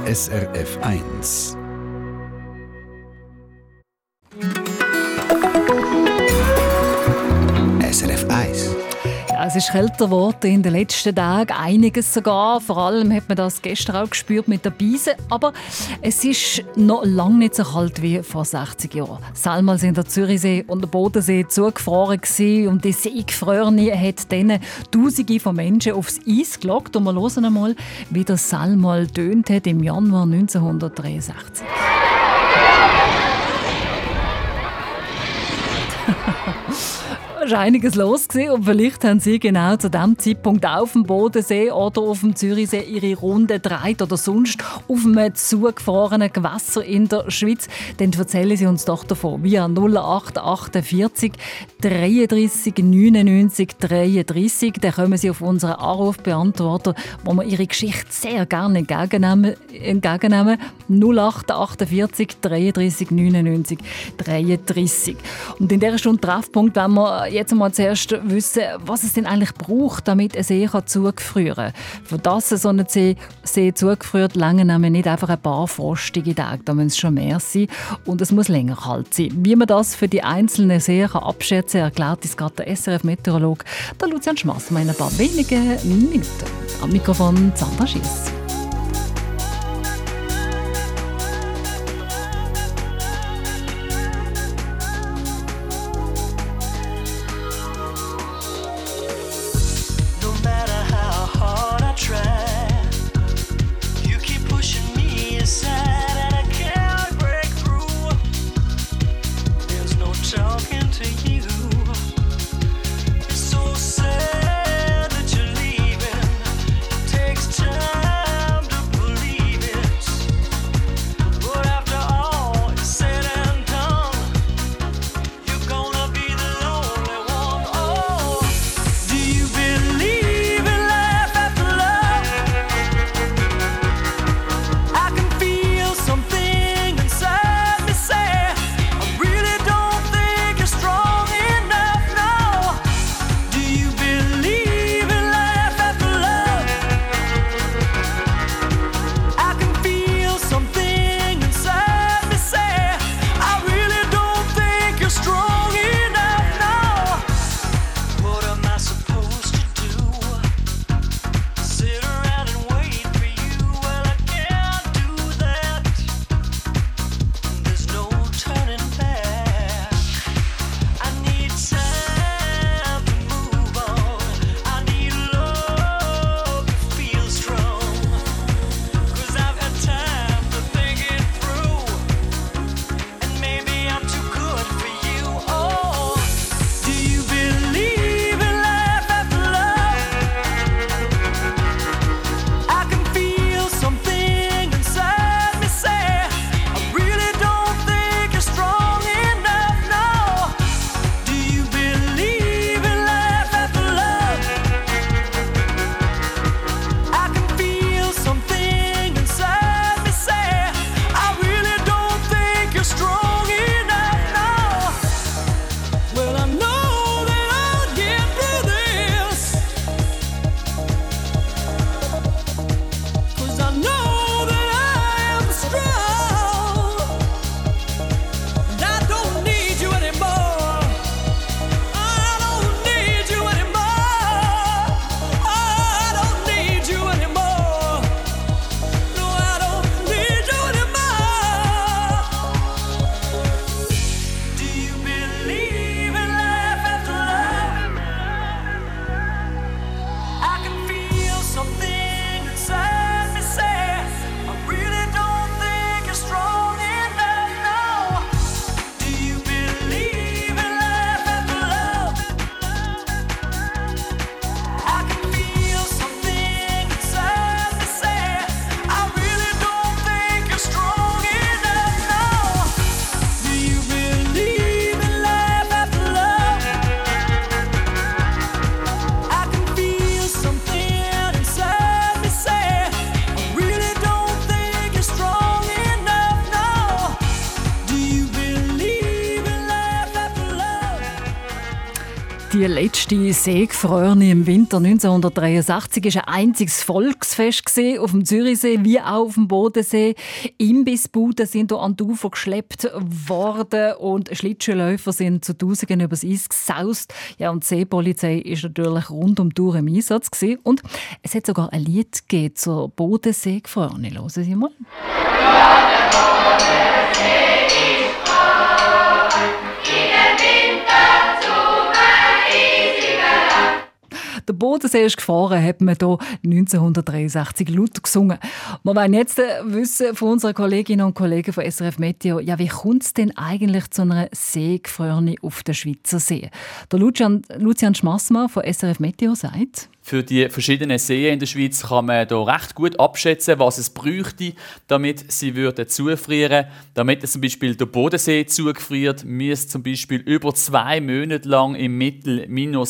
SRF 1. SRF 1. Ja, es ist kälter geworden in den letzten Tagen, einiges sogar. Vor allem hat man das gestern auch gespürt mit der Beise. Aber es ist noch lange nicht so kalt wie vor 60 Jahren. Salmals in der Zürichsee und der Bodensee zugefroren gewesen, und die Seegefrorene hat dann Tausende von Menschen aufs Eis gelockt. Und wir hören einmal, wie der Salmal tönt hat im Januar 1963. Es war einiges los und vielleicht haben Sie genau zu diesem Zeitpunkt auf dem Bodensee oder auf dem Zürichsee Ihre Runde gedreht oder sonst auf einem zugefrorenen Gewässer in der Schweiz. Dann erzählen Sie uns doch davon via 0848 33 99 33. Dann kommen Sie auf unseren Anrufbeantworter, wo wir Ihre Geschichte sehr gerne entgegennehmen. 0848 33 99 33. Und in dieser Stunde Treffpunkt, wenn wir jetzt mal zuerst wissen, was es denn eigentlich braucht, damit ein See zugefrieren kann. Für das so ein See zugefriert, lange nämlich nicht einfach ein paar frostige Tage. Da müssen es schon mehr sein und es muss länger kalt sein. Wie man das für die einzelnen Seen abschätzen kann, erklärt uns gerade der SRF-Meteorologe Lucian Schmassmann in ein paar wenigen Minuten. Am Mikrofon Sandra Schiess. Time Die letzte Seegefrorene im Winter 1963 war ein einziges Volksfest auf dem Zürichsee wie auch auf dem Bodensee. Imbissbuden sind hier an die Ufer geschleppt worden und Schlittschuhläufer sind zu Tausenden übers Eis gesaust. Ja, und die Seepolizei war natürlich rund um die Uhr im Einsatz gewesen. Und es hat sogar ein Lied gegeben zur Bodensee-Gefrorene. Hören Sie mal. Der Bodensee ist gefahren, hat man hier 1963 laut gesungen. Wir wollen jetzt wissen von unseren Kolleginnen und Kollegen von SRF Meteo, ja, wie kommt es denn eigentlich zu einer Seegefrorene auf der Schweizer See? Der Lucian Schmassmann von SRF Meteo sagt: Für die verschiedenen Seen in der Schweiz kann man hier recht gut abschätzen, was es bräuchte, damit sie zufrieren würden. Damit zum Beispiel der Bodensee zugefriert, müsste zum Beispiel über 2 Monate lang im Mittel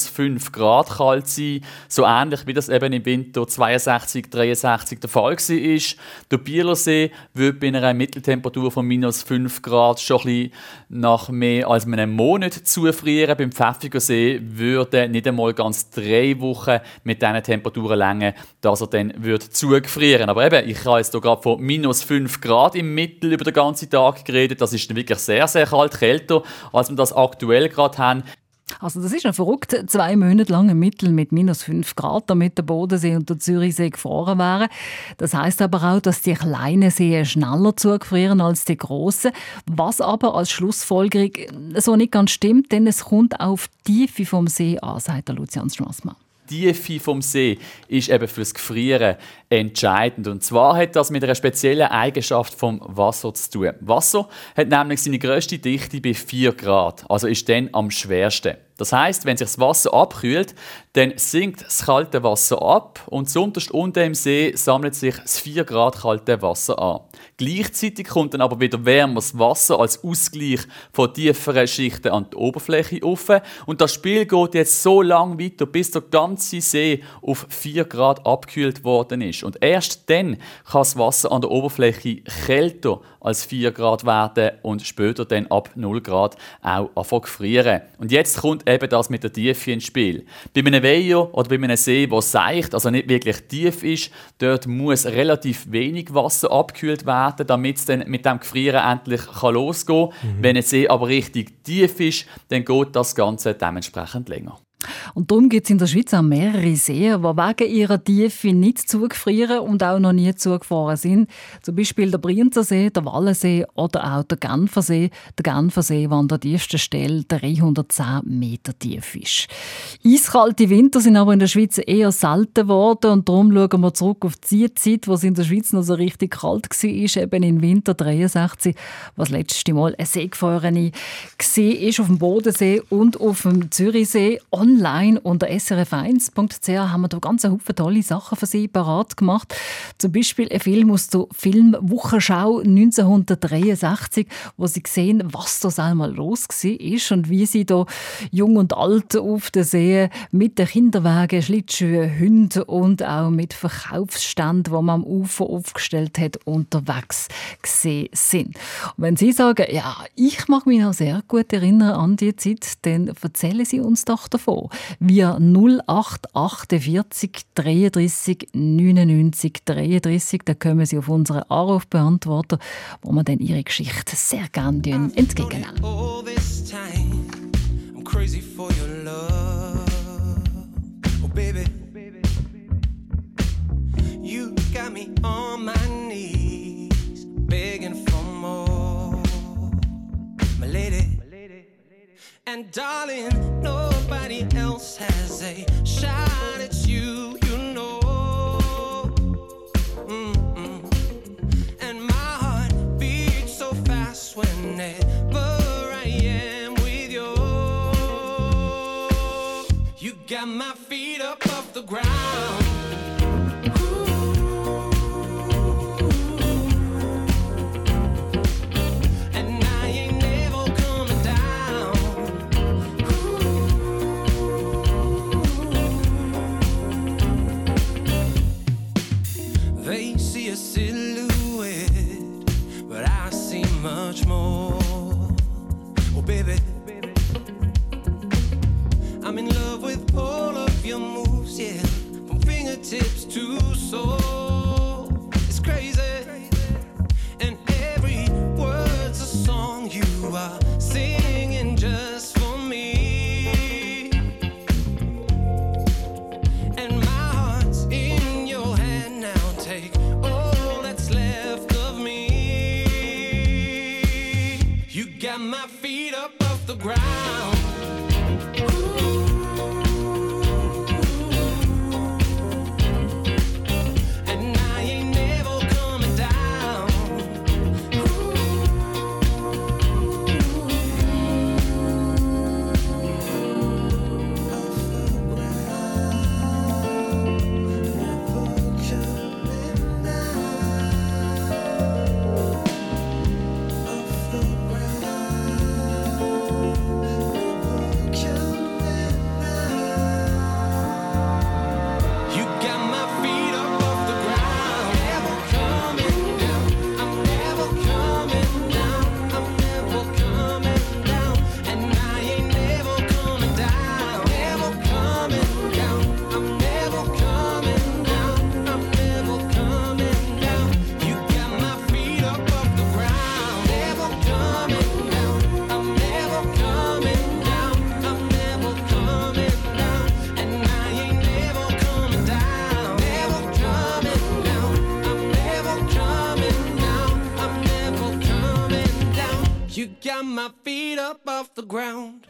-5 Grad kalt sein. So ähnlich wie das eben im Winter 62, 63 der Fall war. Der Bielersee würde bei einer Mitteltemperatur von -5 Grad schon ein bisschen nach mehr als einem Monat zufrieren. Beim Pfäffiger See würde nicht einmal ganz 3 Wochen mit diesen Temperaturen länger, dass er dann zugefrieren würde. Aber eben, ich habe jetzt hier gerade von -5 Grad im Mittel über den ganzen Tag geredet. Das ist dann wirklich sehr, sehr kalt, kälter, als wir das aktuell gerade haben. Also das ist ja verrückt, 2 Monate lang im Mittel mit -5 Grad, damit der Bodensee und der Zürichsee gefroren wären. Das heisst aber auch, dass die kleinen Seen schneller zugefrieren als die grossen. Was aber als Schlussfolgerung so nicht ganz stimmt, denn es kommt auf die Tiefe vom See an, sagt der Lucian Schmassmann. Die Tiefe vom See ist eben fürs Gefrieren entscheidend. Und zwar hat das mit einer speziellen Eigenschaft vom Wasser zu tun. Wasser hat nämlich seine grösste Dichte bei 4 Grad, also ist dann am schwersten. Das heisst, wenn sich das Wasser abkühlt, dann sinkt das kalte Wasser ab und zuunterst unten im See sammelt sich das 4 Grad kalte Wasser an. Gleichzeitig kommt dann aber wieder wärmeres Wasser als Ausgleich von tieferen Schichten an die Oberfläche auf. Und das Spiel geht jetzt so lange weiter, bis der ganze See auf 4 Grad abgekühlt worden ist. Und erst dann kann das Wasser an der Oberfläche kälter als 4 Grad werden und später dann ab 0 Grad auch anfangen zu frieren. Und jetzt kommt eben das mit der Tiefe ins Spiel. Bei einem Weiher oder bei einem See, der seicht, also nicht wirklich tief ist, dort muss relativ wenig Wasser abgekühlt werden, damit es dann mit dem Gefrieren endlich losgehen kann. Wenn ein See aber richtig tief ist, dann geht das Ganze dementsprechend länger. Und darum gibt es in der Schweiz auch mehrere Seen, die wegen ihrer Tiefe nicht zugefrieren und auch noch nie zugefahren sind. Zum Beispiel der Brienzersee, der Wallensee oder auch der Genfersee. Der Genfersee, der an der tiefsten Stelle 310 Meter tief ist. Eiskalte Winter sind aber in der Schweiz eher selten geworden und darum schauen wir zurück auf die Zeit, wo es in der Schweiz noch so richtig kalt war, eben im Winter 63, was das letzte Mal eine Seegefrorene war auf dem Bodensee und auf dem Zürichsee. Online unter srf1.ch haben wir da ganz viele tolle Sachen für Sie parat gemacht. Zum Beispiel ein Film aus der Filmwochenschau 1963, wo Sie sehen, was da einmal los war und wie Sie da jung und alt auf der See mit den Kinderwagen, Schlittschuhen, Hunden und auch mit Verkaufsständen, die man am Ufer aufgestellt hat, unterwegs gesehen sind. Und wenn Sie sagen, ja, ich mag mich noch sehr gut erinnern an die Zeit, dann erzählen Sie uns doch davon. Via 0848 33 99 33. Da kommen Sie auf unseren Anrufbeantworter, wo wir dann Ihre Geschichte sehr gerne entgegennehmen. And darling, nobody else has a shot at you, you know. And my heart beats so fast whenever I am with you. You got my feet up off the ground. They see a silhouette, but I see much more. Oh baby, I'm in love. fingertips to soul. It's crazy, and every word's a song you are singing just for me. And my heart's in your hand now. Take all that's left of me. You got my feet up off the ground. You got my feet up off the ground.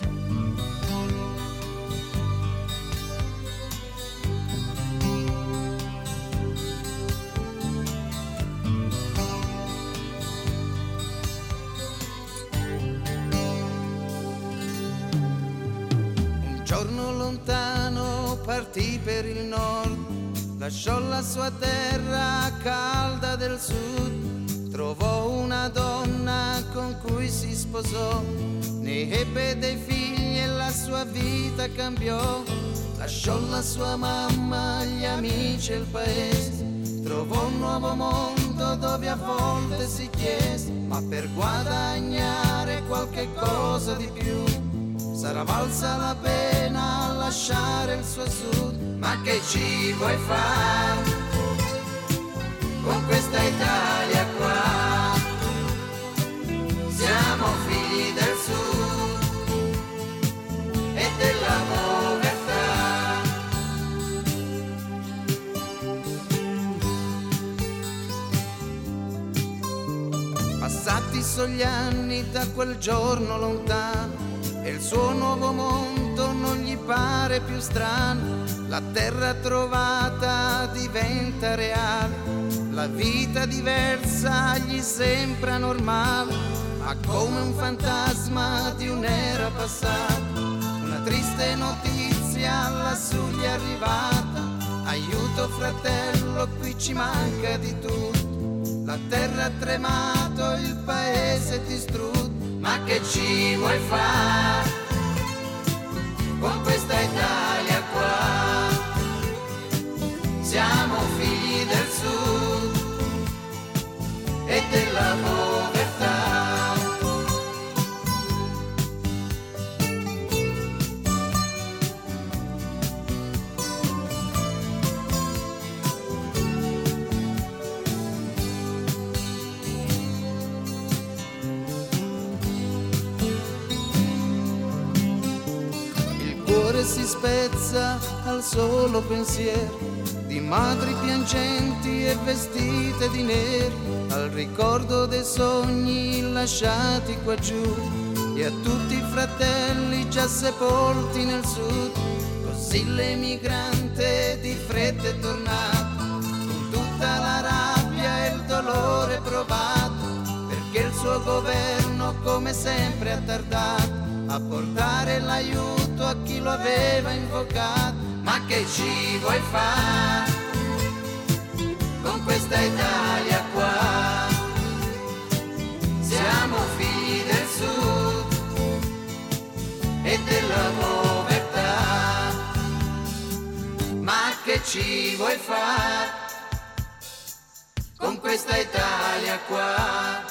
Un giorno lontano partì per il nord, lasciò la sua terra calda del sud. Trovò una donna con cui si sposò, ne ebbe dei figli e la sua vita cambiò. Lasciò la sua mamma, gli amici e il paese, trovò un nuovo mondo dove a volte si chiese: ma per guadagnare qualche cosa di più sarà valsa la pena lasciare il suo sud. Ma che ci vuoi fare con questa Italia qua? Siamo figli del sud e della povertà. Passati sono gli anni da quel giorno lontano e il suo nuovo mondo non gli pare più strano. La terra trovata diventa reale, la vita diversa gli sembra normale, ma come un fantasma di un'era passata. Una triste notizia lassù gli è arrivata: aiuto fratello, qui ci manca di tutto. La terra ha tremato, il paese è distrutto. Ma che ci vuoi fare con questa Italia qua? Siamo figli del sud e della povertà. Il cuore si spezza al solo pensiero di madri piangenti e vestite di nero, al ricordo dei sogni lasciati qua giù e a tutti i fratelli già sepolti nel sud. Così l'emigrante di fretta è tornato, con tutta la rabbia e il dolore provato, perché il suo governo come sempre ha tardato a portare l'aiuto a chi lo aveva invocato. Ma che ci vuoi fare con questa Italia qua? Siamo figli del sud e della povertà. Ma che ci vuoi fare con questa Italia qua?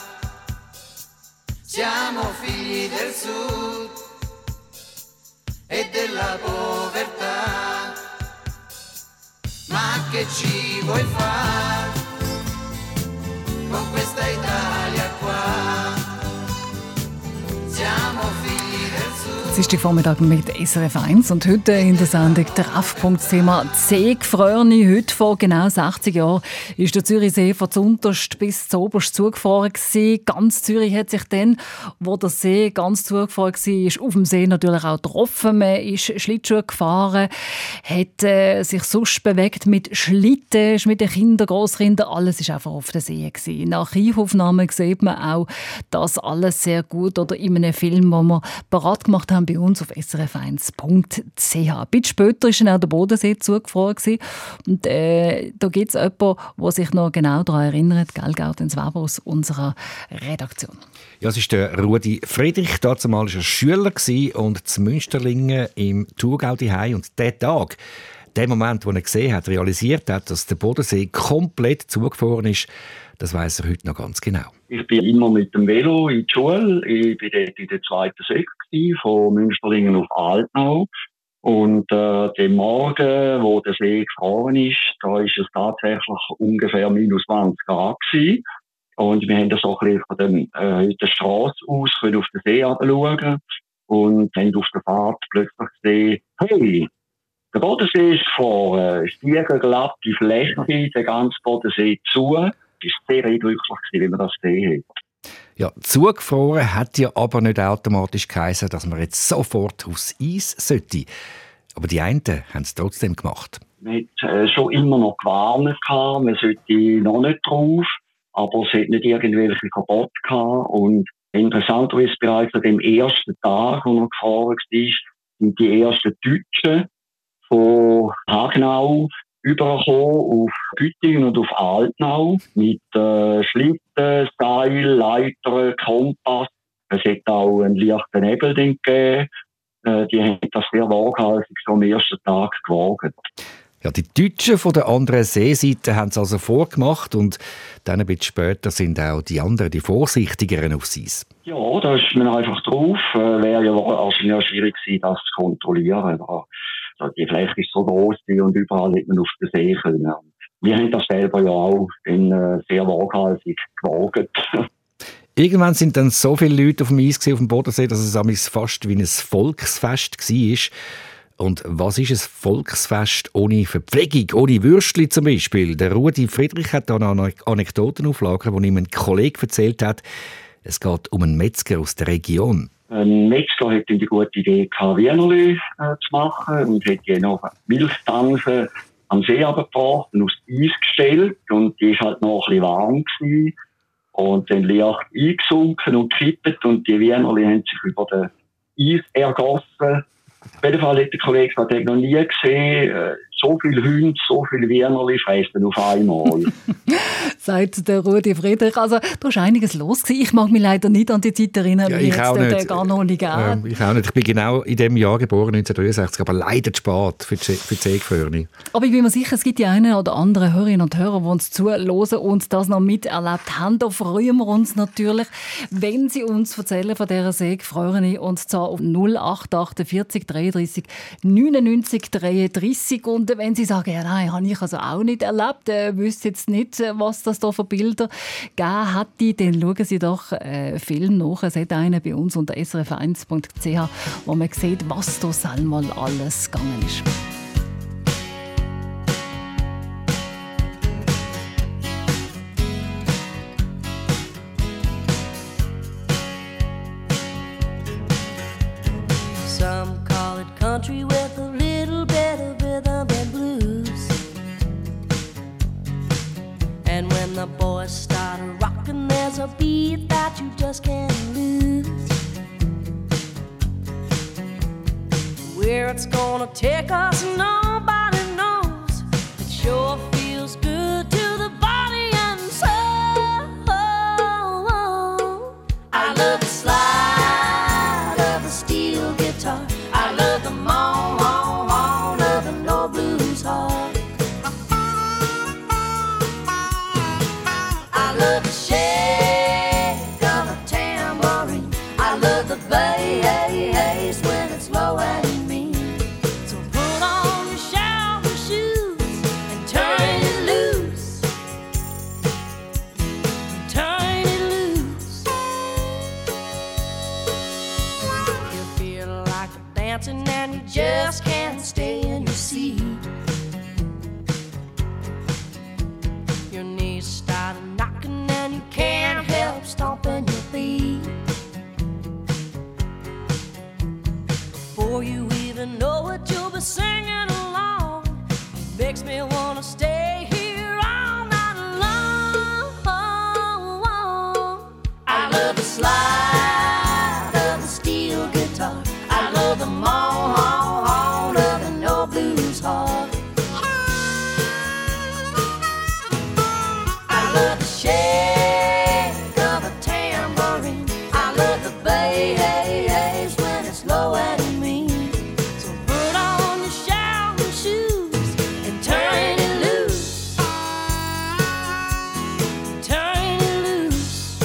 Siamo figli del sud e della povertà. ma che ci vuoi fare con questa Italia qua? Siamo figli del Sud. Es ist der Vormittag mit SRF 1 und heute in der Sendung Treffpunkt-Thema Seegefrorene. Heute vor genau 60 Jahren ist der Zürichsee von zuunterst bis zuoberst zugefahren gewesen. Ganz Zürich hat sich dann, wo der See ganz zugefahren war, auf dem See natürlich auch getroffen. Man ist Schlittschuh gefahren, hat sich sonst bewegt mit Schlitten, mit den Kindern, Grosskindern. Alles war einfach auf dem See gewesen. In Archivaufnahmen sieht man auch das alles sehr gut oder in einem Film, den wir parat gemacht haben bei uns auf srf1.ch. Ein bisschen später war dann auch der Bodensee zugefroren gewesen. Und da gibt es jemanden, der sich noch genau daran erinnert, gell, Gaudenz Weber aus unserer Redaktion. Ja, es ist der Rudi Friedrich, damals war er Schüler und zu Münsterlingen im Thurgau daheim. Und der Tag, der Moment, wo er gesehen hat, realisiert hat, dass der Bodensee komplett zugefroren ist, das weiss er heute noch ganz genau. Ich bin immer mit dem Velo in die Schule. Ich war dort in der 2. Sek von Münsterlingen auf Altnau. Und dem Morgen, wo der See gefroren ist, da war es tatsächlich ungefähr minus 20 Grad gewesen. Und wir haben da so ein bisschen von der Strasse aus auf den See schauen und haben auf der Fahrt plötzlich gesehen, hey, der Bodensee ist gefroren, spiegelglatte Fläche, der ganze Bodensee zu. Es war sehr eindrücklich, wie man das gesehen hat. Ja, zugefroren hat ja aber nicht automatisch geheißen, dass man jetzt sofort aufs Eis sollte. Aber die einen haben es trotzdem gemacht. Man hat schon immer noch gewarnt, man sollte noch nicht drauf, aber es hat nicht irgendwelche Verbote gehabt. Und interessanterweise bereits an dem ersten Tag, wo er gefahren war, sind die ersten Deutschen von Hagenau übergekommen auf Güttingen und auf Altnau mit Schlitten, Seil, Leitern, Kompass. Es hat auch einen leichten Nebel gegeben. Die haben das sehr waghalsig so am ersten Tag gewagt. Ja, die Deutschen von der anderen Seeseite haben es also vorgemacht und dann ein bisschen später sind auch die anderen, die Vorsichtigeren, aufs Eis. Ja, da ist man einfach drauf. Wäre ja wahrscheinlich schwierig gewesen, das zu kontrollieren. Die Fläche ist so groß und überall hätte man auf den See können. Wir haben das selber ja auch sehr waghalsig gewagt. Irgendwann sind dann so viele Leute auf dem Eis auf dem Bodensee, dass es fast wie ein Volksfest war. Und was ist ein Volksfest ohne Verpflegung, ohne Würstli zum Beispiel? Der Rudi Friedrich hat da noch Anekdoten auflagern, die ihm ein Kollege erzählt hat. Es geht um einen Metzger aus der Region. Ein Metzger hatte die gute Idee gehabt, Wienerli zu machen und hat die noch Milchstangen am See runtergebracht und aufs Eis gestellt. Und die war halt noch ein bisschen warm gewesen. Und dann leicht eingesunken und gekippt und die Wienerli haben sich über den Eis ergossen. Auf jeden Fall hat der Kollege gesagt, er hat noch nie gesehen, so viele Hunde, so viele Wienerli fressen auf einmal. Sagt der Rudi Friedrich. Also, da war einiges los gewesen. Ich mag mich leider nicht an die Zeit erinnern, ja, wie ich jetzt auch nicht. Gar noch nicht gab. Ich auch nicht. Ich bin genau in diesem Jahr geboren, 1963, aber leider zu spät für die Seegefrorene. Aber ich bin mir sicher, es gibt die einen oder anderen Hörerinnen und Hörer, die uns zuhören und das noch miterlebt haben. Da freuen wir uns natürlich, wenn Sie uns erzählen von dieser Seegefrorenen, und zwar auf 0848 33 99 33. Und wenn Sie sagen, ja nein, habe ich also auch nicht erlebt, wüsste jetzt nicht, was das da für Bilder gegeben hätte, dann schauen Sie doch Film nach. Es hat einen bei uns unter srf1.ch, wo man sieht, was da einmal alles gegangen ist. Some call it country with a little bit of rhythm and blues. And when the boys start rocking, there's a beat that you just can't lose. Where it's gonna take us, nobody knows. It sure feels good to the body and soul. I love the slide of the steel guitar. I love the moan of the no blues heart. I love the shake of a tambourine. I love the bass when it's low and mean. So put on your shower shoes and the slide of the steel guitar. I love the moan of an old blues harp. I love the shake of a tambourine. I love the bass when it's low and mean. So put on your shouting shoes and turn it loose. Turn it loose.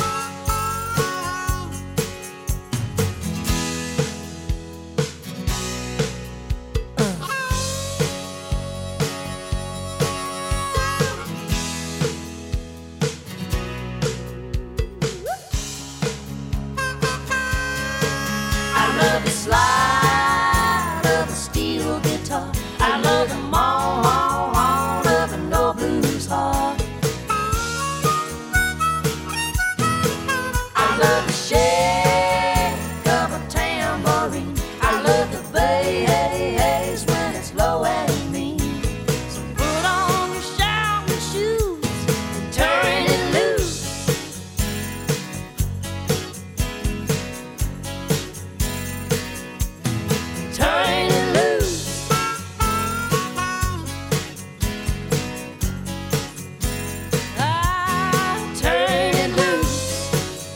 I love the slide of the steel guitar. I love the moan of an old blues harp. I love the shake of a tambourine. I love the bass when it's low and mean. So put on your shouting shoes and turn it loose. Turn it loose. Turn it loose.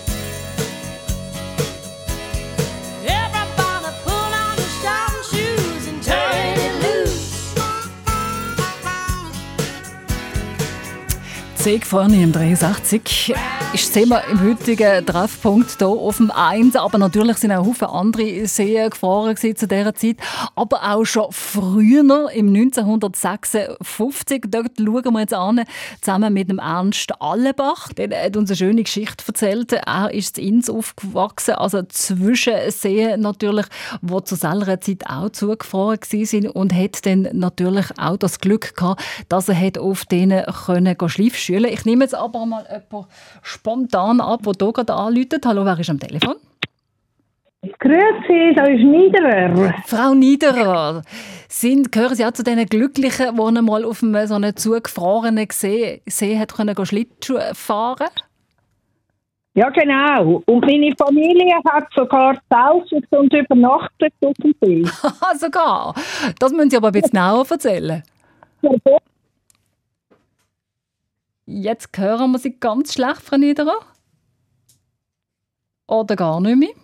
Everybody put on your shouting shoes and turn it loose. Sieg vorne im 63 ist immer im heutigen Treffpunkt hier auf dem 1. Aber natürlich sind auch viele andere Seen gefahren zu dieser Zeit. Aber auch schon früher, im 1956. Dort schauen wir jetzt an, zusammen mit dem Ernst Allebach. Der hat uns eine schöne Geschichte erzählt. Er ist in Ins aufgewachsen, also zwischen Seen natürlich, die zu selber Zeit auch zugefahren waren. Und hat dann natürlich auch das Glück gehabt, dass er auf denen Schleifschülen konnte. Ich nehme jetzt aber mal jemanden spontan ab, der hier gerade anruft. Hallo, wer ist am Telefon? Grüezi, da ist Niederer. Frau Niederer, gehören Sie auch zu den Glücklichen, die mal auf einem so einen zugefahrenen See hat Schlittschuh fahren? Ja, genau. Und meine Familie hat sogar Zelten und übernachtet auf dem See. Sogar? Das müssen Sie aber ein bisschen genauer erzählen. Jetzt hören wir Sie ganz schlecht, Frau Niederer. Oder gar nicht mehr.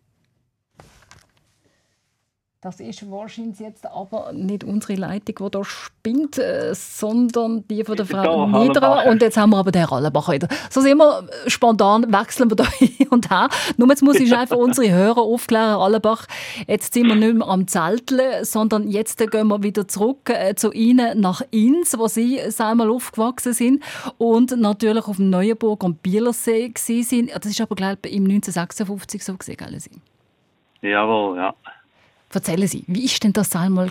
Das ist wahrscheinlich jetzt aber nicht unsere Leitung, die hier spinnt, sondern die von der Frau Niederer. Und jetzt haben wir aber den Herr Allebach wieder. So sind wir spontan, wechseln wir da hin und her. Nur jetzt muss ich einfach unsere Hörer aufklären, Herr Allebach. Jetzt sind wir nicht mehr am Zelteln, sondern jetzt gehen wir wieder zurück zu Ihnen nach Ins, wo Sie einmal aufgewachsen sind und natürlich auf dem Neuenburg und Bielersee waren. Das ist aber, glaube ich, im 1956 so gewesen, gell? Jawohl, ja. Erzählen Sie, wie war denn das einmal?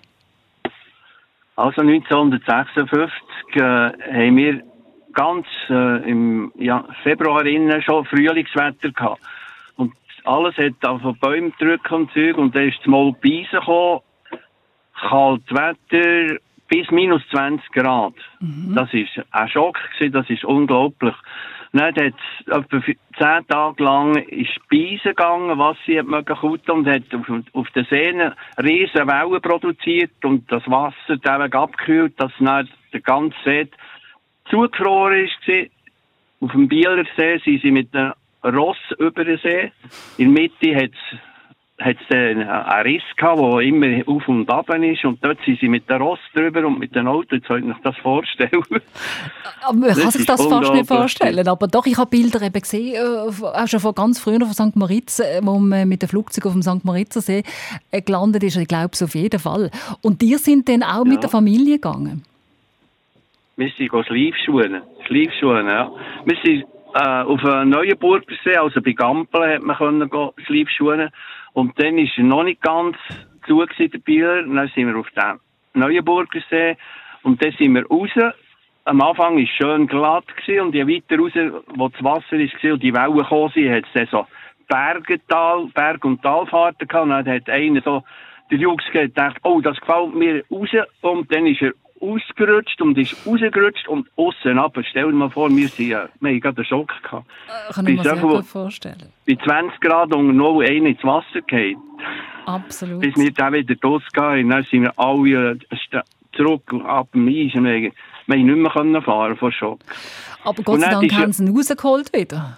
Also 1956 haben wir ganz im Februar schon Frühlingswetter gehabt. Und alles hat auf Bäume gedrückt und Zeug. Und dann ist das Mal Beisen gekommen. Kaltes Wetter bis minus 20 Grad. Das war ein Schock, das ist unglaublich. Dann hat es etwa 10 Tage lang ist Beisen gegangen, was sie hat und hat auf den Seen riesen Wellen produziert und das Wasser dann abgekühlt, dass dann der ganze See zugefroren ist. Auf dem Bielersee sind sie mit einem Ross über den See. In der Mitte hat es einen Riss gehabt, der immer auf und ab ist. Und dort sind sie mit dem Ross drüber und mit dem Auto. Jetzt soll ich mir das vorstellen. Aber man kann sich das fast nicht vorstellen. Aber doch, ich habe Bilder eben gesehen, auch schon von ganz früher von St. Moritz, wo man mit dem Flugzeug auf dem St. Moritzer See gelandet ist. Ich glaube es auf jeden Fall. Und die sind dann auch mit der Familie gegangen? Wir sind Schleifschuhen, ja. Wir sind auf einem Neuenburger See, also bei Gampel, hat man Schleifschuhen. Und dann war er noch nicht ganz zu, der Bieler. Dann sind wir auf dem Neuenburger See. Und dann sind wir raus. Am Anfang war es schön glatt und je weiter raus, wo das Wasser war und die Wellen gekommen sind, hat es dann so Berg- und Talfahrten gehabt. Und dann hat einer so, der Jungs gedacht, oh, das gefällt mir raus. Und dann ist er ausgerutscht und ist rausgerutscht und aussen runter. Stell dir mal vor, wir haben gerade einen Schock gehabt. Kann ich mir sehr gut vorstellen. Bei 20 Grad unter 0 1 ins Wasser gefallen. Absolut. Bis wir dann wieder rausgehen, dann sind wir alle zurück ab dem Eis. Wir haben nicht mehr fahren vor Schock. Aber Gott sei Dank haben sie ihn rausgeholt wieder.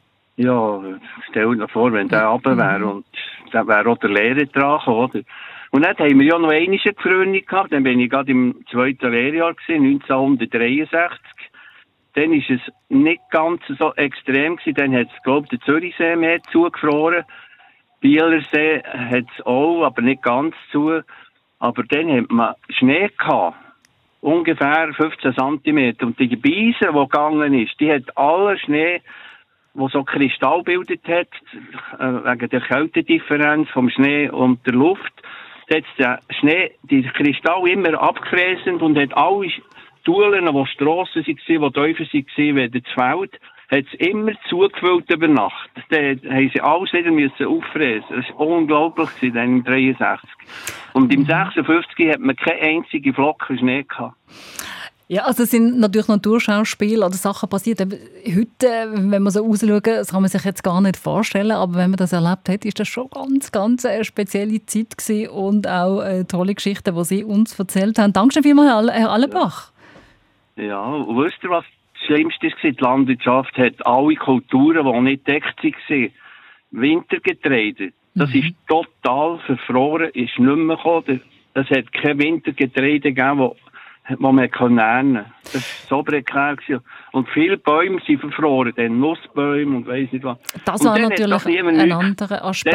Ja, stell dir vor, wenn der runter wäre und dann wäre auch der Lehrer dran gekommen, oder? Und dann haben wir ja noch einmal eine Gefrierung gehabt. Dann bin ich gerade im 2. Lehrjahr gewesen, 1963. Dann ist es nicht ganz so extrem gewesen. Dann hat es, glaube ich, der Zürichsee mehr zugefroren. Bielersee hat es auch, aber nicht ganz zu. Aber dann hat man Schnee gehabt. Ungefähr 15 cm. Und die Beise, die gegangen ist, die hat alle Schnee, der so Kristall gebildet hat, wegen der Kältedifferenz vom Schnee und der Luft, hat der Schnee, die Kristall immer abgefräst und hat alle Tulen, die Strassen waren, die tiefer waren, wie das Feld, hat es immer zugefüllt über Nacht. Dann haben sie alles wieder müssen auffräsen. Das war unglaublich dann im 63. Und im 56 hat man keine einzige Flocke Schnee gehabt. Ja, also es sind natürlich Naturschauspiele oder Sachen passiert. Heute, wenn man so rausschaut, das kann man sich jetzt gar nicht vorstellen, aber wenn man das erlebt hat, ist das schon ganz eine spezielle Zeit gewesen und auch eine tolle Geschichte, die Sie uns erzählt haben. Dankeschön vielmals, Herr Allenbach. Ja, und wisst ihr, was das Schlimmste war? Die Landwirtschaft hat alle Kulturen, die nicht deckt waren, Wintergetreide. Das ist total verfroren, ist nicht mehr gekommen. Es hat kein Wintergetreide gegeben, das man ernten konnte. Das war so prekär. Und viele Bäume sind verfroren, dann Nussbäume und weiss nicht was. Das war natürlich ein anderer Aspekt.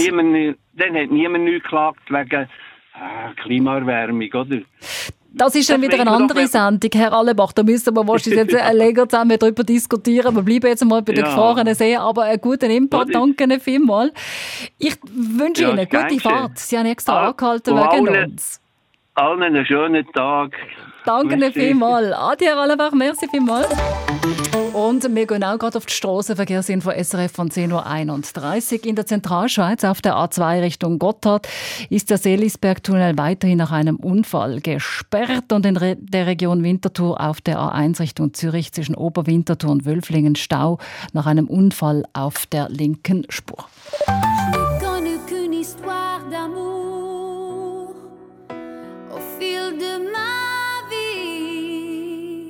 Dann hat niemand nichts geklagt wegen Klimaerwärmung, oder? Das ist dann wieder eine andere Sendung, Herr Allenbach. Da müssen wir wahrscheinlich jetzt länger zusammen darüber diskutieren. Wir bleiben jetzt mal bei den gefrorenen Seen, aber einen guten Input. Danke Ihnen vielmals. Ich wünsche Ihnen eine gute Fahrt. Sie haben extra angehalten wegen uns. Allen einen schönen Tag. Danke Ihnen vielmals. Adi, Herr Allenbach, merci vielmals. Und wir gehen auch gerade auf die Strassenverkehrsinfo SRF von 10.31 Uhr. In der Zentralschweiz auf der A2 Richtung Gotthard ist der Seelisbergtunnel weiterhin nach einem Unfall gesperrt und in der Region Winterthur auf der A1 Richtung Zürich zwischen Oberwinterthur und Wülflingen Stau nach einem Unfall auf der linken Spur. Fil de ma vie,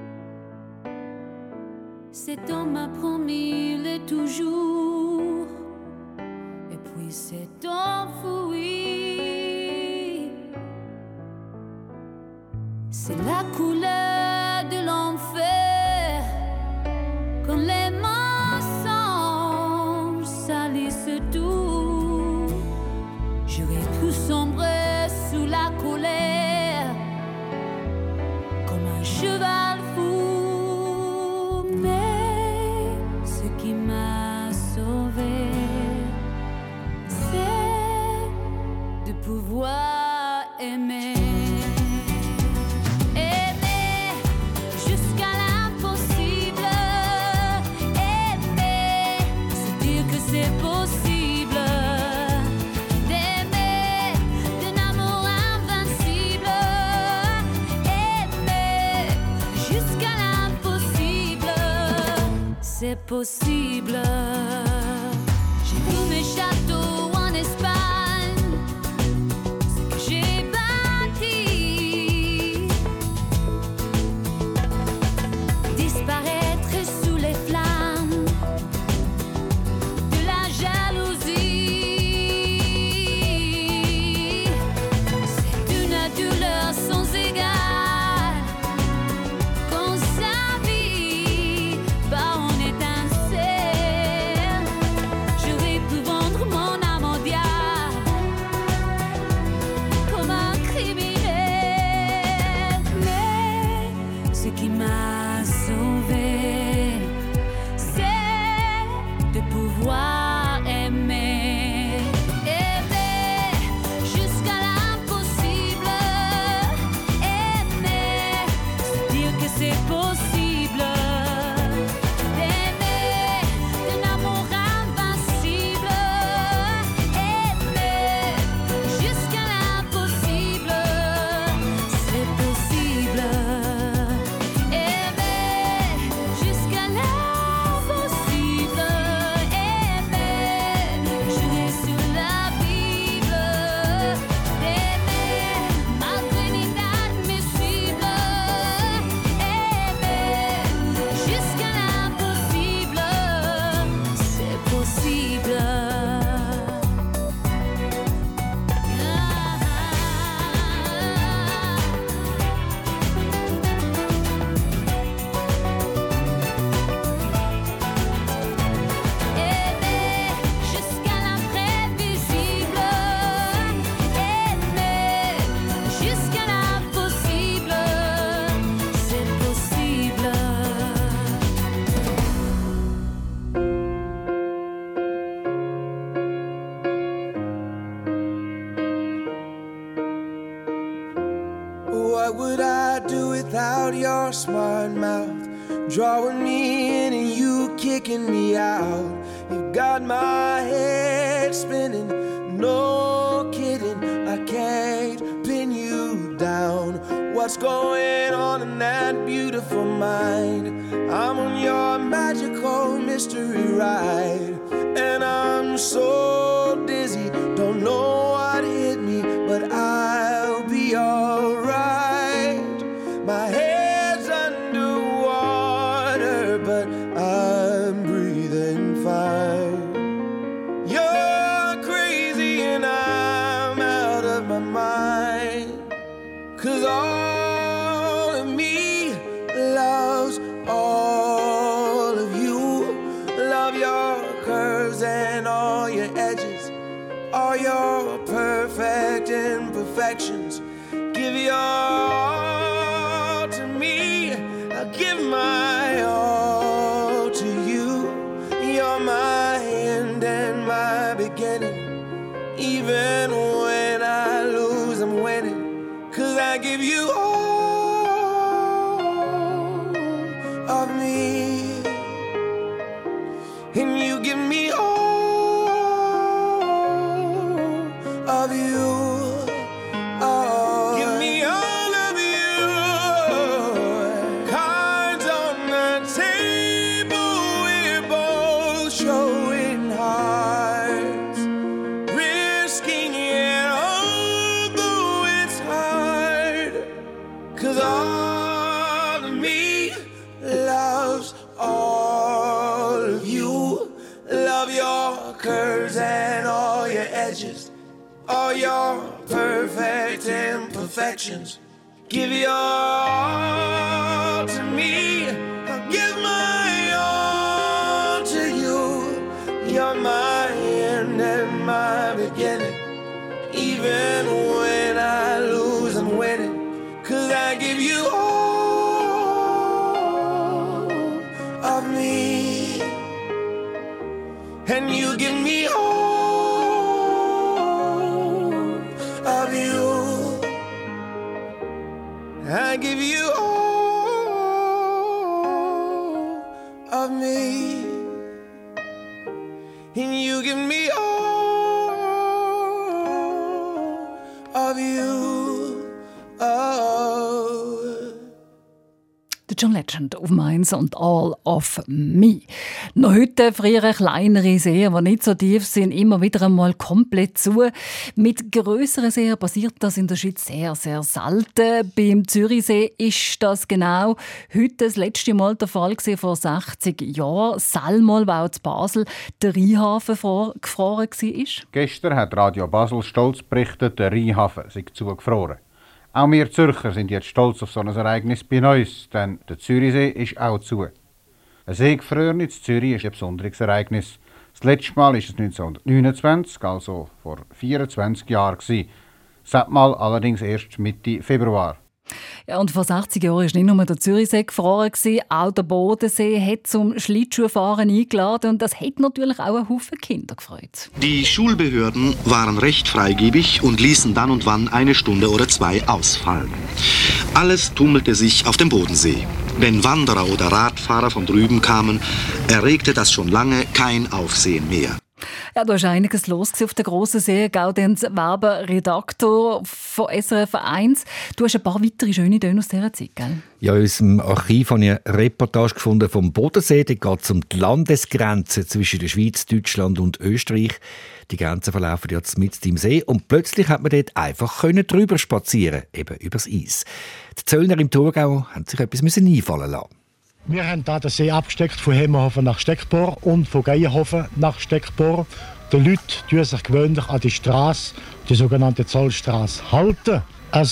cet homme m'a promis le toujours, et puis s'est enfoui. C'est la couleur de l'enfer quand les mensonges salissent tout. J'aurais pu sombrer sous la colère comme un cheval fou, mais ce qui m'a sauvé, c'est de pouvoir aimer. Aimer jusqu'à l'impossible, aimer, c'est dire que c'est possible. C'est possible. J'ai vu mes châteaux en Espagne, ce que j'ai bâti, disparaître sous les flammes de la jalousie. C'est une douleur sans égale qu'on s'habille par en étincelle. J'aurais pu vendre mon âme au diable your smart mouth, drawing me in and you kicking me out. You got my head spinning, no kidding, I can't pin you down. What's going on in that beautiful mind? I'm on your magical mystery ride, and I'm so dizzy, don't know what hit me, but I'll be alright. My head's underwater, but I'm breathing fine. You're crazy and I'm out of my mind, 'cause all of me loves all of you. Love your curves and all your edges, all your perfect imperfections. Give your all to me, I'll give my all to you. You're my end and my beginning. Even when I lose, I'm winning, 'cause I give you all of me, and you give me all of you. Oh, give me all of you. Cards on the table, we're both showing hearts, risking it although it's hard, 'cause all of me loves all of you. Love your curves and all your edges, all your perfect imperfections. Give your all to me, I'll give my all to you. You're my end and my beginning. Even when I lose, I'm winning, 'cause I give you all of me, and you give me all of you. I give you all of me, and you give me all of you. Oh. Der John Legend auf Mainz und All of Me. Noch heute frieren kleinere Seen, die nicht so tief sind, immer wieder einmal komplett zu. Mit grösseren Seen passiert das in der Schweiz sehr, sehr selten. Beim Zürichsee ist das genau heute das letzte Mal der Fall gewesen, vor 60 Jahren. Selmal, weil auch in Basel der Rheinhafen gefroren war. Gestern hat Radio Basel stolz berichtet, der Rheinhafen sei zugefroren. Auch wir Zürcher sind jetzt stolz auf so ein Ereignis bei uns, denn der Zürichsee ist auch zu. Ein See gefroren in Zürich ist ein besonderes Ereignis. Das letzte Mal war es 1929, also vor 24 Jahren. Das Mal allerdings erst Mitte Februar. Ja, und vor 60 Jahren war nicht nur der Zürichsee gefroren, auch der Bodensee hat zum Schlittschuhfahren eingeladen und das hat natürlich auch einen Haufen Kinder gefreut. Die Schulbehörden waren recht freigebig und ließen dann und wann eine Stunde oder zwei ausfallen. Alles tummelte sich auf dem Bodensee. Wenn Wanderer oder Radfahrer von drüben kamen, erregte das schon lange kein Aufsehen mehr. Ja, da war einiges los auf der grossen See. Gaudenz Weber, Redaktor von SRF 1. Du hast ein paar weitere schöne Töne aus dieser Zeit, gell? Ja, in unserem Archiv habe ich eine Reportage gefunden vom Bodensee. Da geht es um die Landesgrenze zwischen der Schweiz, Deutschland und Österreich. Die Grenzen verlaufen jetzt mit im See und plötzlich hat man dort einfach drüber spazieren, eben übers Eis. Die Zöllner im Thurgau haben sich etwas einfallen lassen. Wir haben hier den See abgesteckt von Hemmerhofen nach Steckbor und von Geierhofen nach Steckbor. Die Leute halten sich gewöhnlich an die Strasse, die sogenannte Zollstrasse, halten.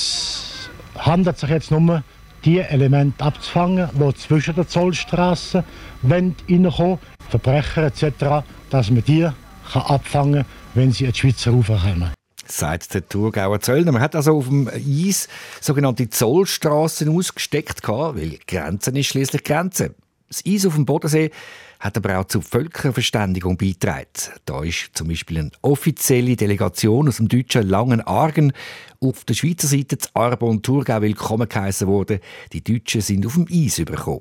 Es handelt sich jetzt nur, die Elemente abzufangen, die zwischen der Zollstrasse reinkommen, Verbrecher etc., dass man die abfangen kann, wenn sie in die Schweizer Ufer kommen. Sagt der Thurgauer Zöllner. Man hat also auf dem Eis sogenannte Zollstrassen ausgesteckt, weil Grenzen ist schliesslich Grenze. Das Eis auf dem Bodensee hat aber auch zur Völkerverständigung beigetragen. Da ist zum Beispiel eine offizielle Delegation aus dem deutschen Langenargen auf der Schweizer Seite zu Arbon-Thurgau willkommen geheissen worden. Die Deutschen sind auf dem Eis gekommen.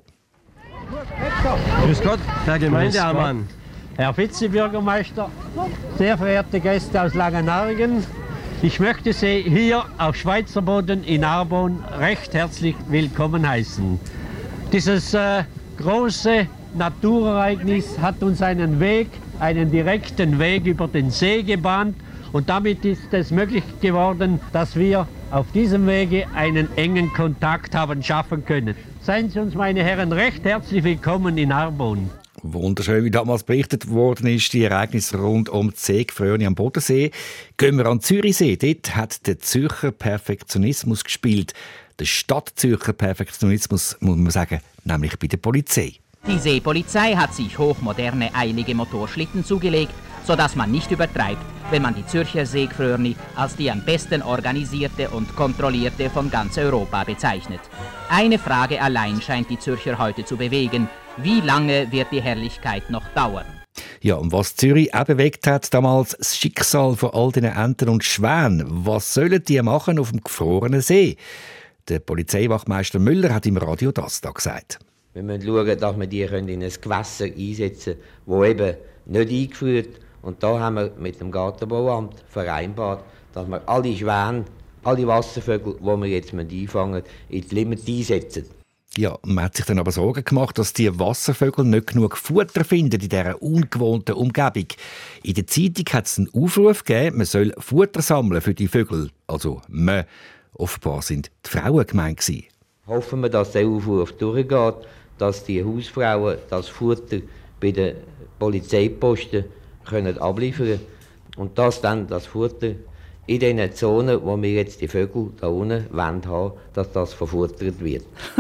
Grüß Gott, Herr Gemeindeammann, Herr Vizebürgermeister, sehr verehrte Gäste aus Langenargen. Ich möchte Sie hier auf Schweizer Boden in Arbon recht herzlich willkommen heißen. Dieses große Naturereignis hat uns einen direkten Weg über den See gebahnt und damit ist es möglich geworden, dass wir auf diesem Wege einen engen Kontakt haben schaffen können. Seien Sie uns, meine Herren, recht herzlich willkommen in Arbon. Wunderschön, wie damals berichtet worden ist, die Ereignisse rund um die Seegfröni am Bodensee. Gehen wir an den Zürichsee. Dort hat der Zürcher Perfektionismus gespielt. Der Stadtzürcher Perfektionismus, muss man sagen, nämlich bei der Polizei. Die Seepolizei hat sich hochmoderne, eilige Motorschlitten zugelegt, sodass man nicht übertreibt, wenn man die Zürcher Seegfröni als die am besten organisierte und kontrollierte von ganz Europa bezeichnet. Eine Frage allein scheint die Zürcher heute zu bewegen: Wie lange wird die Herrlichkeit noch dauern? Ja, und was Zürich auch bewegt hat, damals das Schicksal von all diesen Enten und Schwänen. Was sollen die machen auf dem gefrorenen See? Der Polizeiwachtmeister Müller hat im Radio das da gesagt. Wir müssen schauen, dass wir die in ein Gewässer einsetzen können, das eben nicht eingeführt. Und da haben wir mit dem Gartenbauamt vereinbart, dass wir alle Schwäne, alle Wasservögel, die wir jetzt einfangen, in die Limit einsetzen. Ja, man hat sich dann aber Sorgen gemacht, dass die Wasservögel nicht genug Futter finden in dieser ungewohnten Umgebung. In der Zeitung hat es einen Aufruf gegeben, man soll Futter sammeln für die Vögel. Also man. Offenbar sind die Frauen gemeint gewesen. Hoffen wir, dass der Aufruf durchgeht, dass die Hausfrauen das Futter bei den Polizeiposten können abliefern können und dass dann das Futter in den Zonen, wo wir jetzt die Vögel da unten haben, dass das verfuttert wird.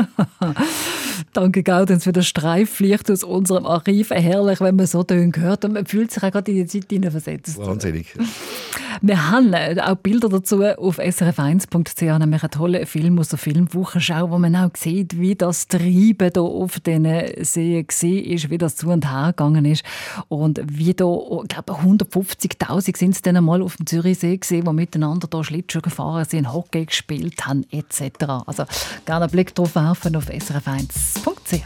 Danke, Gaudenz, für das Streiflicht aus unserem Archiv. Herrlich, wenn man so Töne hört und man fühlt sich auch gerade in die Zeit hineinversetzt. Wahnsinnig. Wir haben auch Bilder dazu auf srf1.ch, nämlich einen tollen Film aus der Filmwochenschau, wo man auch sieht, wie das Treiben hier auf diesen Seen war, wie das zu und her gegangen ist und wie da, ich glaube 150'000 sind es dann einmal auf dem Zürichsee gewesen, die miteinander hier Schlittschuh gefahren sind, Hockey gespielt haben etc. Also gerne einen Blick drauf werfen auf srf1.ch.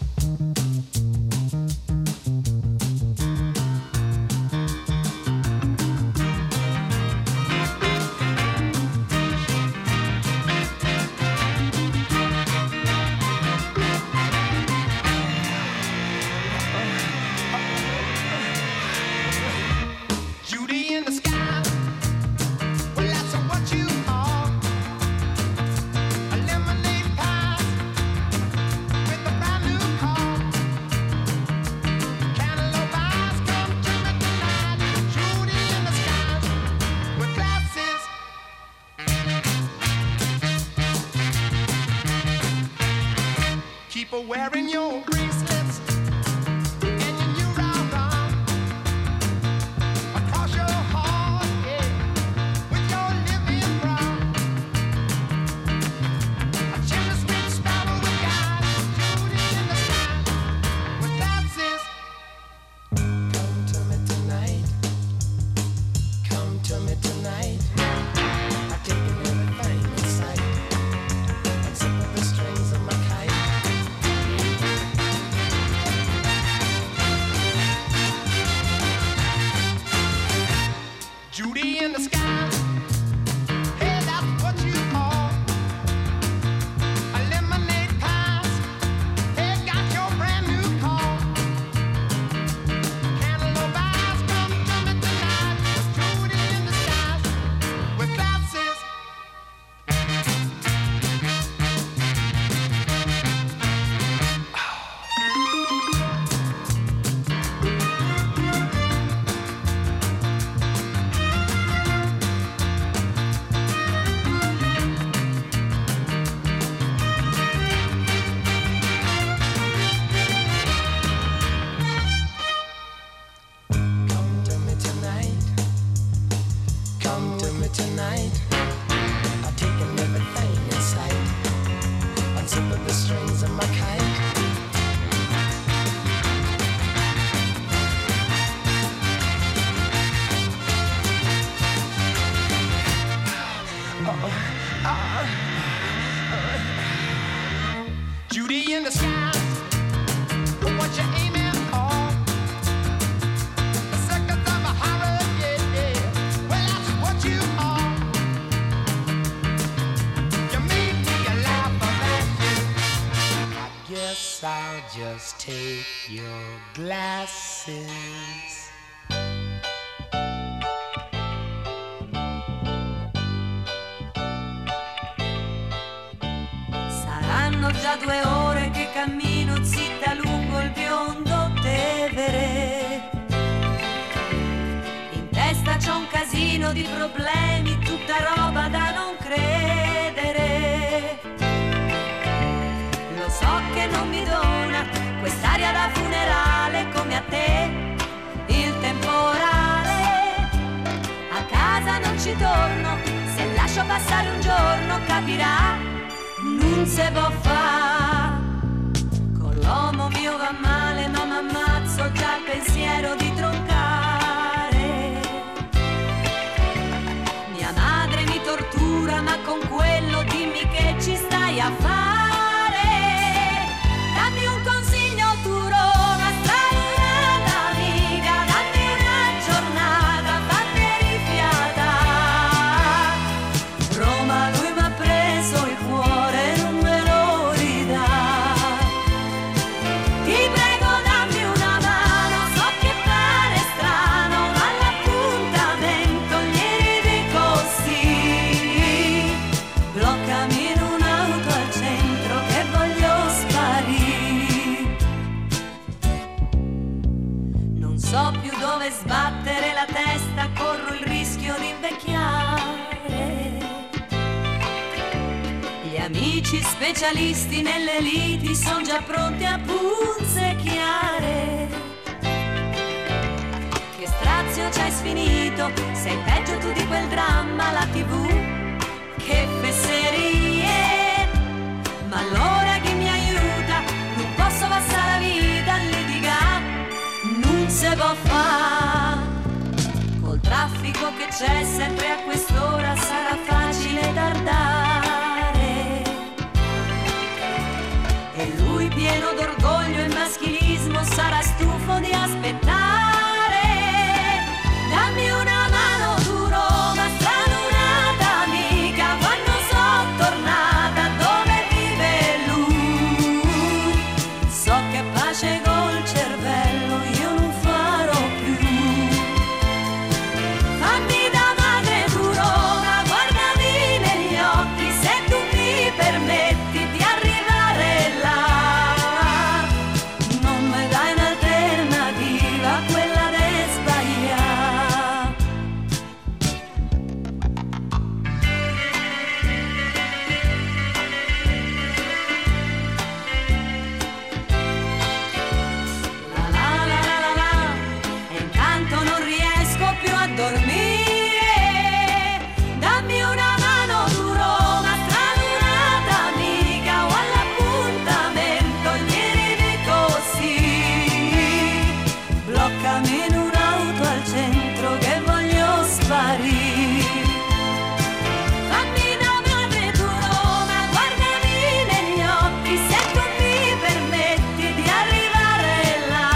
Wearing your bracelets and your new round arm across your heart, yeah, with your living brown. A chimney sweet sparrow with guys, Judy in the sky with glasses. Come to me tonight, come to me tonight. I've taken everything in sight, except for the strings of my kite. glasses. Saranno già 2 ore che cammino zitta lungo il biondo Tevere. In testa c'ho un casino di problemi, tutta roba da non credere. Lo so che non mi dona quest'aria da funerale come a te il temporale. A casa non ci torno, se lascio passare un giorno capirà, non se può fa. Con l'uomo mio va male ma m'ammazzo già il pensiero di troncare. Mia madre mi tortura ma con quello dimmi che ci stai a fare. Dammi un consiglio tu Roma, strada amica, dammi una giornata, fatte rifiata. Roma lui m'ha preso il cuore, non me lo ridà. Ti prego dammi una mano, so che pare strano, ma all'appuntamento gli dico sì. Bloccami in un'auto al centro che voglio sparire. Non so più dove sbattere la testa, corro il rischio di invecchiare. Gli amici specialisti nelle liti son già pronti a punzecchiare. Che strazio c'hai sfinito, sei peggio tu di quel dramma, la TV. Che fesserie, ma allora chi mi aiuta? Non posso passare la vita a litigare, non se può fare. Col traffico che c'è sempre a quest'ora sarà facile tardare. E lui pieno d'orgoglio e maschilismo sarà stufo di aspettare. Dammi una mano tu Roma, stranunata amica, quando sono tornata dove vive lui. So che pace col cervello io non farò più. Fammi da madre tu Roma, guardami negli occhi, se tu mi permetti di arrivare là. Non mi dai un'alternativa a quella de sbagliare. La la la la la la, e intanto non riesco più a dormire. Dammi una mano tu Roma, stranunata amica, o all'appuntamento gli dico sì. Bloccami in un'auto al centro che voglio sparire. Fammi da madre tu Roma, guardami negli occhi, se tu mi permetti di arrivare là.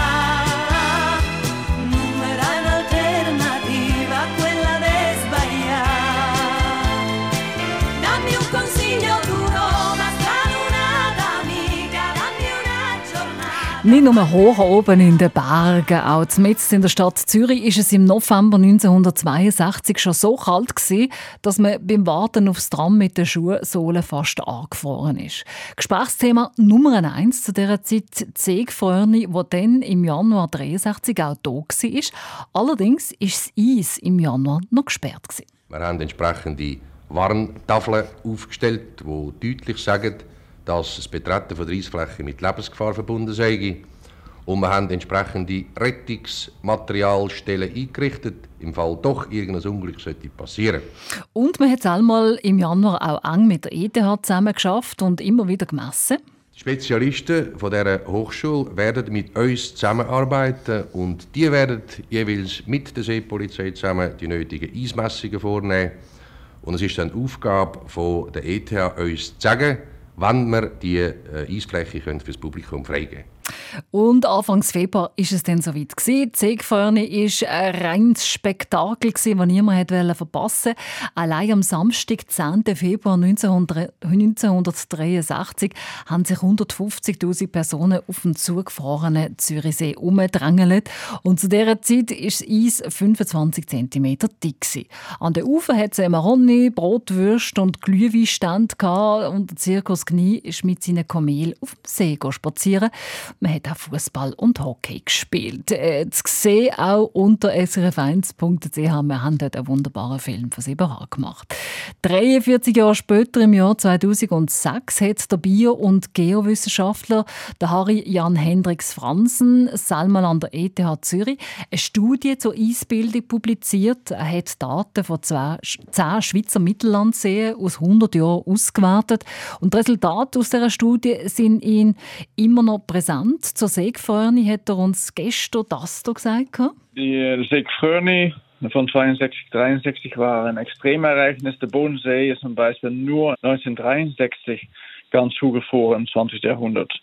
Non mi dai un'alternativa a quella de sbagliare. Dammi un consiglio tu Roma, stranunata amica, dammi una giornata. Nicht nur hoch oben in den Bergen, auch mitten in der Stadt Zürich ist es im November 1962 schon so kalt gewesen, dass man beim Warten aufs Tram mit den Schuhsohlen fast angefroren ist. Gesprächsthema Nummer 1 zu dieser Zeit, die Seegfröhrni, die dann im Januar 1963 auch da war. Allerdings war das Eis im Januar noch gesperrt gewesen. Wir haben entsprechende Warntafeln aufgestellt, die deutlich sagen, dass das Betreten von der Eisfläche mit Lebensgefahr verbunden sei. Und wir haben entsprechende Rettungsmaterialstellen eingerichtet, im Fall doch irgendein Unglück sollte passieren. Und man hat einmal im Januar auch eng mit der ETH zusammen geschafft und immer wieder gemessen. Die Spezialisten von dieser Hochschule werden mit uns zusammenarbeiten und die werden jeweils mit der Seepolizei zusammen die nötigen Eismessungen vornehmen. Und es ist dann die Aufgabe von der ETH, uns zu sagen, wann wir die Eisfläche für das Publikum freigeben können. Und Anfang Februar war es dann soweit. Die Seegförne war ein reines Spektakel, das niemand verpassen wollte. Allein am Samstag, 10. Februar 1963, haben sich 150'000 Personen auf dem zugefahrenen Zürichsee umgedrängelt. Und zu dieser Zeit war das Eis 25 cm dick. An den Ufern hatte es Maroni, Brotwürste und Glühweinstände und der Zirkus Gnie ist mit seinen Kamelen auf dem See spazieren. Man hat auch Fußball und Hockey gespielt. Zu sehen auch unter srf1.ch. Wir haben dort einen wunderbaren Film von 7H gemacht. 43 Jahre später, im Jahr 2006, hat der Bio- und Geowissenschaftler der Harry Jan Hendricks Fransen Salmal an der ETH Zürich eine Studie zur Eisbildung publiziert. Er hat Daten von 10 Schweizer Mittellandseen aus 100 Jahren ausgewertet. Und die Resultate aus dieser Studie sind ihm immer noch präsent. Zur Seegförne hat er uns gestern das hier gesagt. Die Seegförne von 62-63 war ein Extremereignis. Der Bodensee ist zum Beispiel nur 1963 ganz zugefroren im 20. Jahrhundert.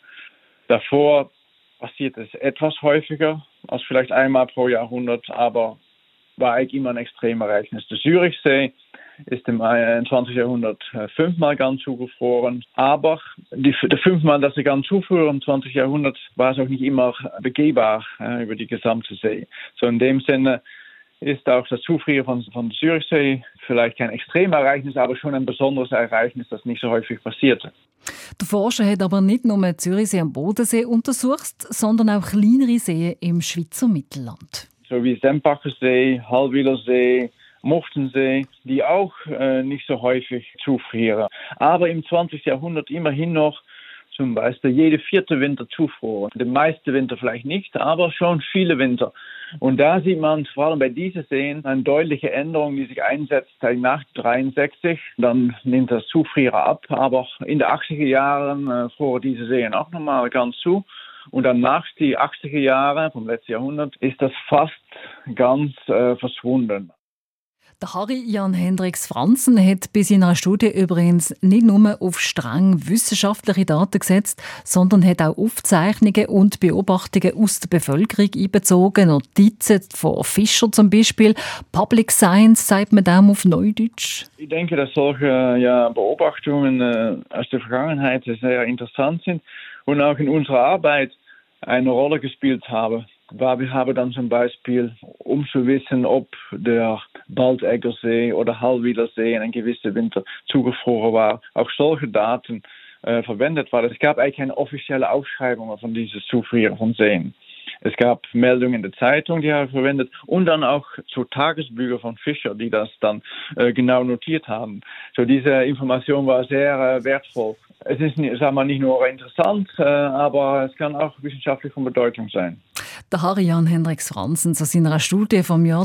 Davor passiert es etwas häufiger als vielleicht einmal pro Jahrhundert, aber war eigentlich immer ein Extremereignis. Der Zürichsee ist im 20. Jahrhundert 5-mal ganz zugefroren. Aber der 5-mal, dass er ganz zufrior im 20. Jahrhundert, war es auch nicht immer begehbar über die gesamte See. So in dem Sinne ist auch das Zufrieren von Zürichsee vielleicht kein Extremereignis, aber schon ein besonderes Ereignis, das nicht so häufig passierte. Der Forscher hat aber nicht nur den Zürichsee am Bodensee untersucht, sondern auch kleinere Seen im Schweizer Mittelland. So wie Sempacher See, Hallwiler See, Muchtensee, die auch nicht so häufig zufrieren. Aber im 20. Jahrhundert immerhin noch zum Beispiel jede 4. Winter zufroren. Der meiste Winter vielleicht nicht, aber schon viele Winter. Und da sieht man vor allem bei diesen Seen eine deutliche Änderung, die sich einsetzt nach 1963. Dann nimmt das Zufrieren ab, aber in den 80er Jahren froren diese Seen auch nochmal ganz zu. Und dann nach den 80er Jahren vom letzten Jahrhundert ist das fast ganz verschwunden. Der Harry Jan Hendricks Fransen hat bei seiner Studie übrigens nicht nur auf streng wissenschaftliche Daten gesetzt, sondern hat auch Aufzeichnungen und Beobachtungen aus der Bevölkerung einbezogen. Notizen von Fischer zum Beispiel. Public Science sagt man dem auf Neudeutsch. Ich denke, dass solche Beobachtungen aus der Vergangenheit sehr interessant sind und auch in unserer Arbeit eine Rolle gespielt haben. Weil wir haben dann zum Beispiel, um zu wissen, ob der Baldeggersee oder Hallwiler See in einem gewissen Winter zugefroren war, auch solche Daten verwendet waren. Es gab eigentlich keine offizielle Ausschreibung von dieses Zufrieren von Seen. Es gab Meldungen in der Zeitung, die haben verwendet, und dann auch so Tagesbücher von Fischer, die das dann genau notiert haben. So diese Information war sehr wertvoll. Es ist nicht nur interessant, aber es kann auch wissenschaftlich von Bedeutung sein. Der Harry Jan Hendricks Fransen zu seiner Studie vom Jahr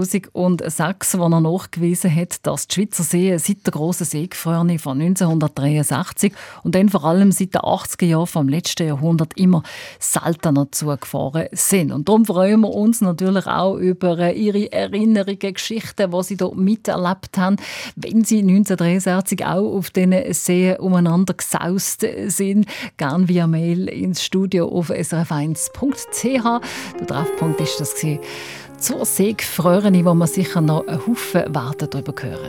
2006, wo er nachgewiesen hat, dass die Schweizer Seen seit der grossen Seegförne von 1963 und dann vor allem seit den 80er Jahren vom letzten Jahrhundert immer seltener zugefahren sind. Und darum freuen wir uns natürlich auch über Ihre Erinnerungen, Geschichten, die Sie dort miterlebt haben, wenn Sie 1963 auch auf diesen Seen umeinander gesaust sind. Gerne via Mail ins Studio auf srf1.ch. Der Treffpunkt war das zur Seegfröhre, wo wir sicher noch einen Haufen werden darüber hören.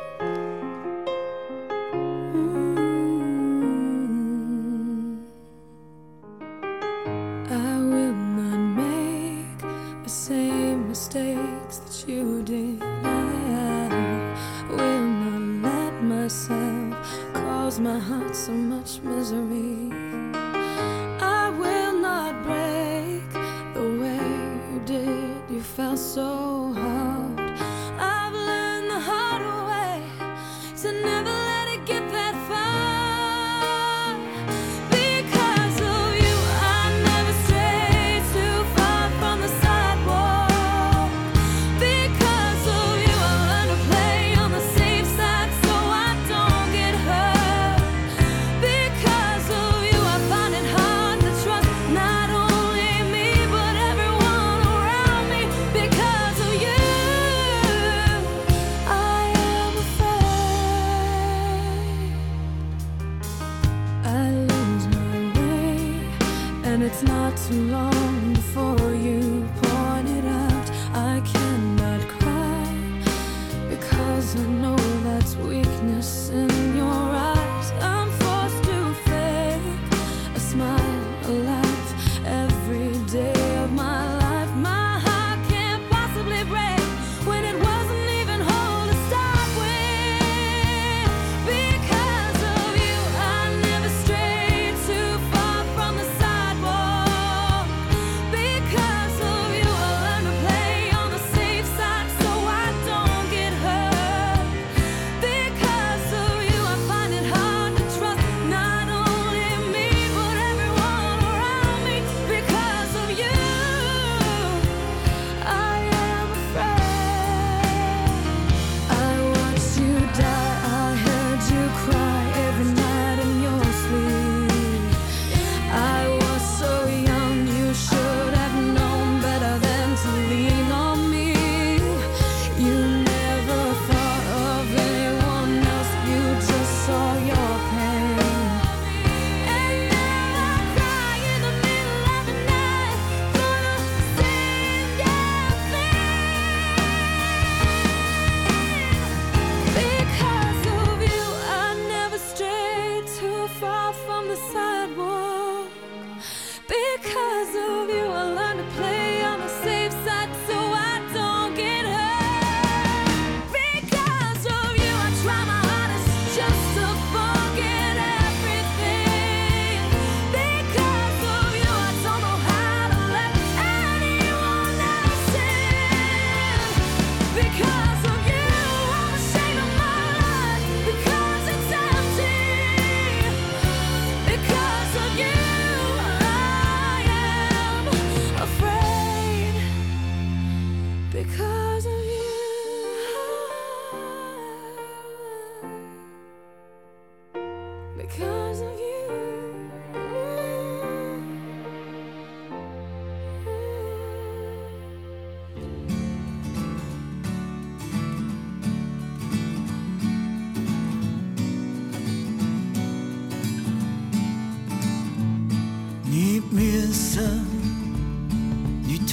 I will not make the same mistakes that you did. I will not let myself cause my heart so much misery. I will not break the way you did. You felt so hard. I've learned the hard way.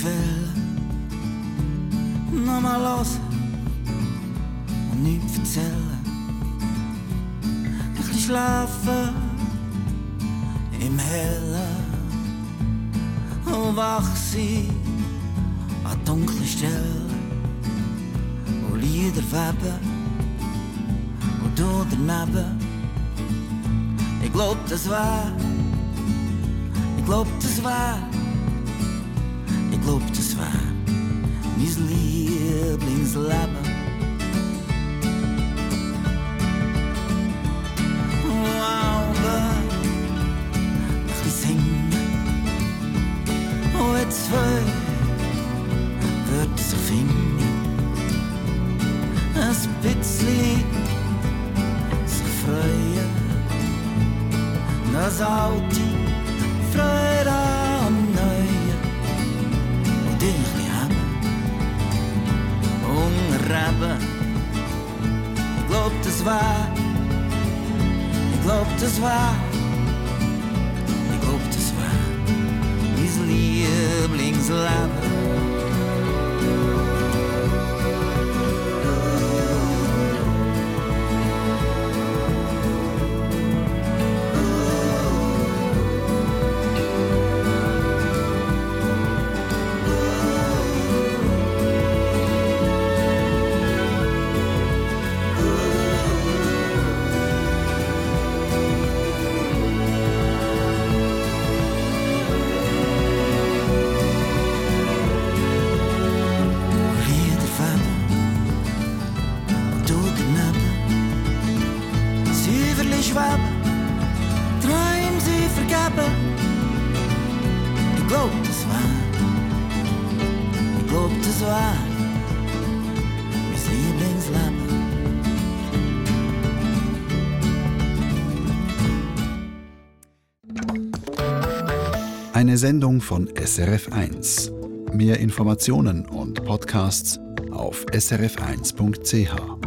will nochmal hören und nichts erzählen. Ein bisschen schlafen im Hellen und wach sein an dunklen Stellen, wo Lieder weben und du daneben. Ich glaub, das wär, ich glaub, das wär, ich glaub, das wär mein Lieblingsleben. Wow, ein bisschen singen, und jetzt zwei wird sich finden, ein bisschen sich freuen, das alte Freude am Neuen und dich ein bisschen haben, unterreben. Ich glaub, das wär, ich glaub, das wär, ich glaub, das wär mein Lieblingsleben. Träum sie vergeben. Ich glaub, das war, ich glaub, das war mein Lieblingsleben. Eine Sendung von SRF1. Mehr Informationen und Podcasts auf srf1.ch.